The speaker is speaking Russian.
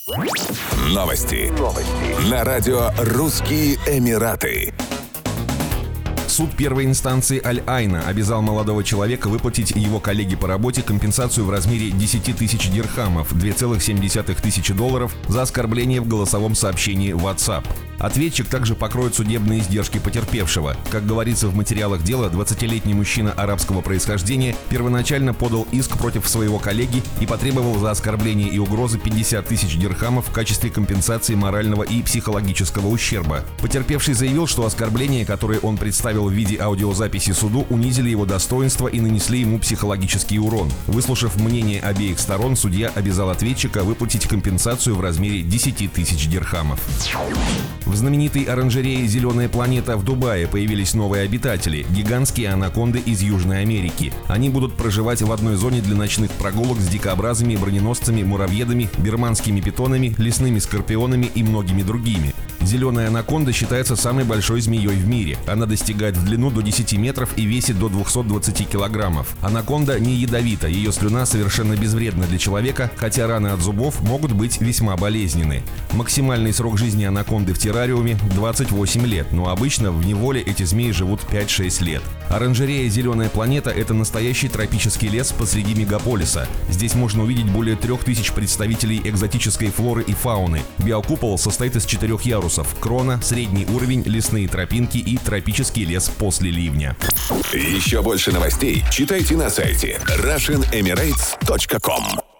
Новости. На радио «Русские Эмираты». Суд первой инстанции Аль-Айна обязал молодого человека выплатить его коллеге по работе компенсацию в размере 10 тысяч дирхамов, $2,7 тысячи, за оскорбление в голосовом сообщении в WhatsApp. Ответчик также покроет судебные издержки потерпевшего. Как говорится в материалах дела, 20-летний мужчина арабского происхождения первоначально подал иск против своего коллеги и потребовал за оскорбление и угрозы 50 тысяч дирхамов в качестве компенсации морального и психологического ущерба. Потерпевший заявил, что оскорбления, которые он представил в виде аудиозаписи суду, унизили его достоинство и нанесли ему психологический урон. Выслушав мнение обеих сторон, судья обязал ответчика выплатить компенсацию в размере 10 тысяч дирхамов. В знаменитой оранжерее «Зеленая планета» в Дубае появились новые обитатели – гигантские анаконды из Южной Америки. Они будут проживать в одной зоне для ночных прогулок с дикообразами, броненосцами, муравьедами, бирманскими питонами, лесными скорпионами и многими другими. Зеленая анаконда считается самой большой змеей в мире. Она достигает в длину до 10 метров и весит до 220 килограммов. Анаконда не ядовита, ее слюна совершенно безвредна для человека, хотя раны от зубов могут быть весьма болезненны. Максимальный срок жизни анаконды в террариуме – 28 лет, но обычно в неволе эти змеи живут 5-6 лет. Оранжерея «Зеленая планета» – это настоящий тропический лес посреди мегаполиса. Здесь можно увидеть более 3000 представителей экзотической флоры и фауны. Биокупол состоит из 4 ярусов – крона, средний уровень, лесные тропинки и тропический лес после ливня. Еще больше новостей читайте на сайте RussianEmirates.com.